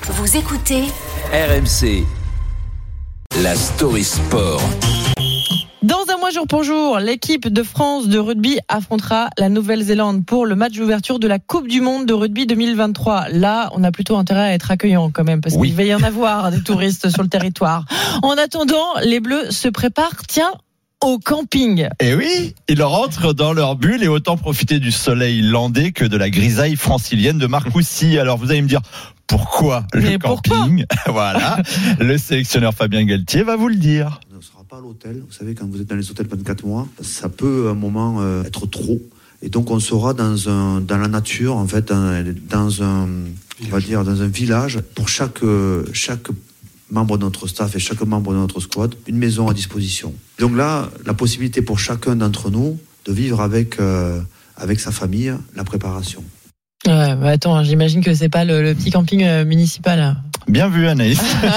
Vous écoutez RMC, la story sport. Dans un mois jour pour jour, l'équipe de France de rugby affrontera la Nouvelle-Zélande pour le match d'ouverture de la Coupe du Monde de rugby 2023. Là, on a plutôt intérêt à être accueillant quand même, parce qu'il va y en avoir des touristes sur le territoire. En attendant, les Bleus se préparent, au camping. Et oui, ils rentrent dans leur bulle et autant profiter du soleil landais que de la grisaille francilienne de Marcoussis. Alors vous allez me dire, pourquoi le camping ? Voilà, le sélectionneur Fabien Galtier va vous le dire. On ne sera pas à l'hôtel. Vous savez, quand vous êtes dans les hôtels 24 mois, ça peut à un moment être trop. Et donc on sera dans la nature, en fait, dans un village pour chaque membre de notre staff et chaque membre de notre squad, une maison à disposition. Donc là, la possibilité pour chacun d'entre nous de vivre avec sa famille la préparation. Ouais, bah attends, j'imagine que c'est pas le petit camping municipal. Bien vu, Anaïs.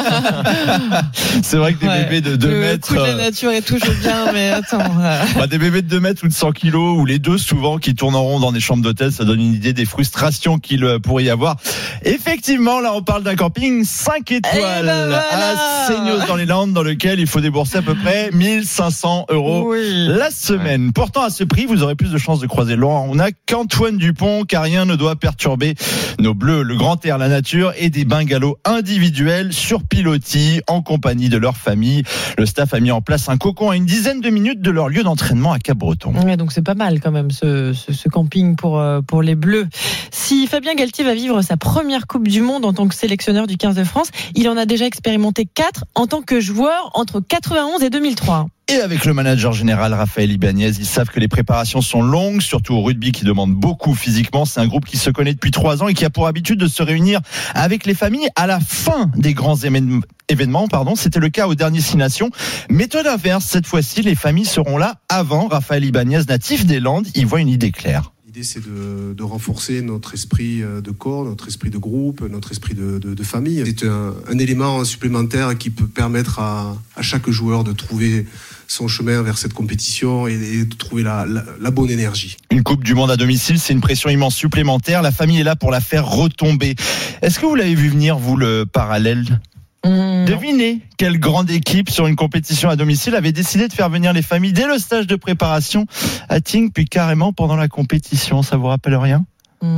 C'est vrai que des bébés de 2 mètres. Le coup de la nature est toujours bien, mais attends. Des bébés de 2 mètres ou de 100 kilos, ou les deux souvent, qui tournent en rond dans des chambres d'hôtel, ça donne une idée des frustrations qu'il pourrait y avoir. Effectivement, là, on parle d'un camping 5 étoiles à Seignos dans les Landes, dans lequel il faut débourser à peu près 1500 € la semaine. Pourtant, à ce prix, vous aurez plus de chances de croiser Laurent. On n'a qu'Antoine Dupont, car rien ne doit perturber nos Bleus, le grand air, la nature et des bungalows individuels sur pilotis en compagnie de leur famille. Le staff a mis en place un cocon à une dizaine de minutes de leur lieu d'entraînement à Cap-Breton. Ouais, donc c'est pas mal quand même ce camping pour les Bleus. Si Fabien Galtier va vivre sa première Coupe du Monde en tant que sélectionneur du 15 de France, il en a déjà expérimenté 4 en tant que joueur entre 91 et 2003. Et avec le manager général Raphaël Ibanez, ils savent que les préparations sont longues, surtout au rugby qui demande beaucoup physiquement. C'est un groupe qui se connaît depuis 3 ans et qui a pour habitude de se réunir avec les familles à la fin des grands événements. C'était le cas aux derniers 6 Nations. Méthode inverse, cette fois-ci, les familles seront là avant. Raphaël Ibanez, natif des Landes, y voit une idée claire. L'idée, c'est de renforcer notre esprit de corps, notre esprit de groupe, notre esprit de famille. C'est un élément supplémentaire qui peut permettre à chaque joueur de trouver son chemin vers cette compétition et de trouver la bonne énergie. Une Coupe du Monde à domicile, c'est une pression immense supplémentaire. La famille est là pour la faire retomber. Est-ce que vous l'avez vu venir, vous, le parallèle ? Devinez quelle grande équipe sur une compétition à domicile avait décidé de faire venir les familles dès le stage de préparation à Tignes, puis carrément pendant la compétition. Ça vous rappelle rien ?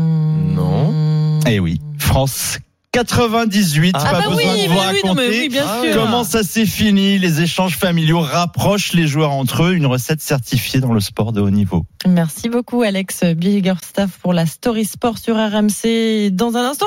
Non. Eh oui, France 98, pas besoin de vous raconter comment ça s'est fini. Les échanges familiaux rapprochent les joueurs entre eux, une recette certifiée dans le sport de haut niveau. Merci beaucoup Alex Biggerstaff pour la Story Sport sur RMC. Dans un instant,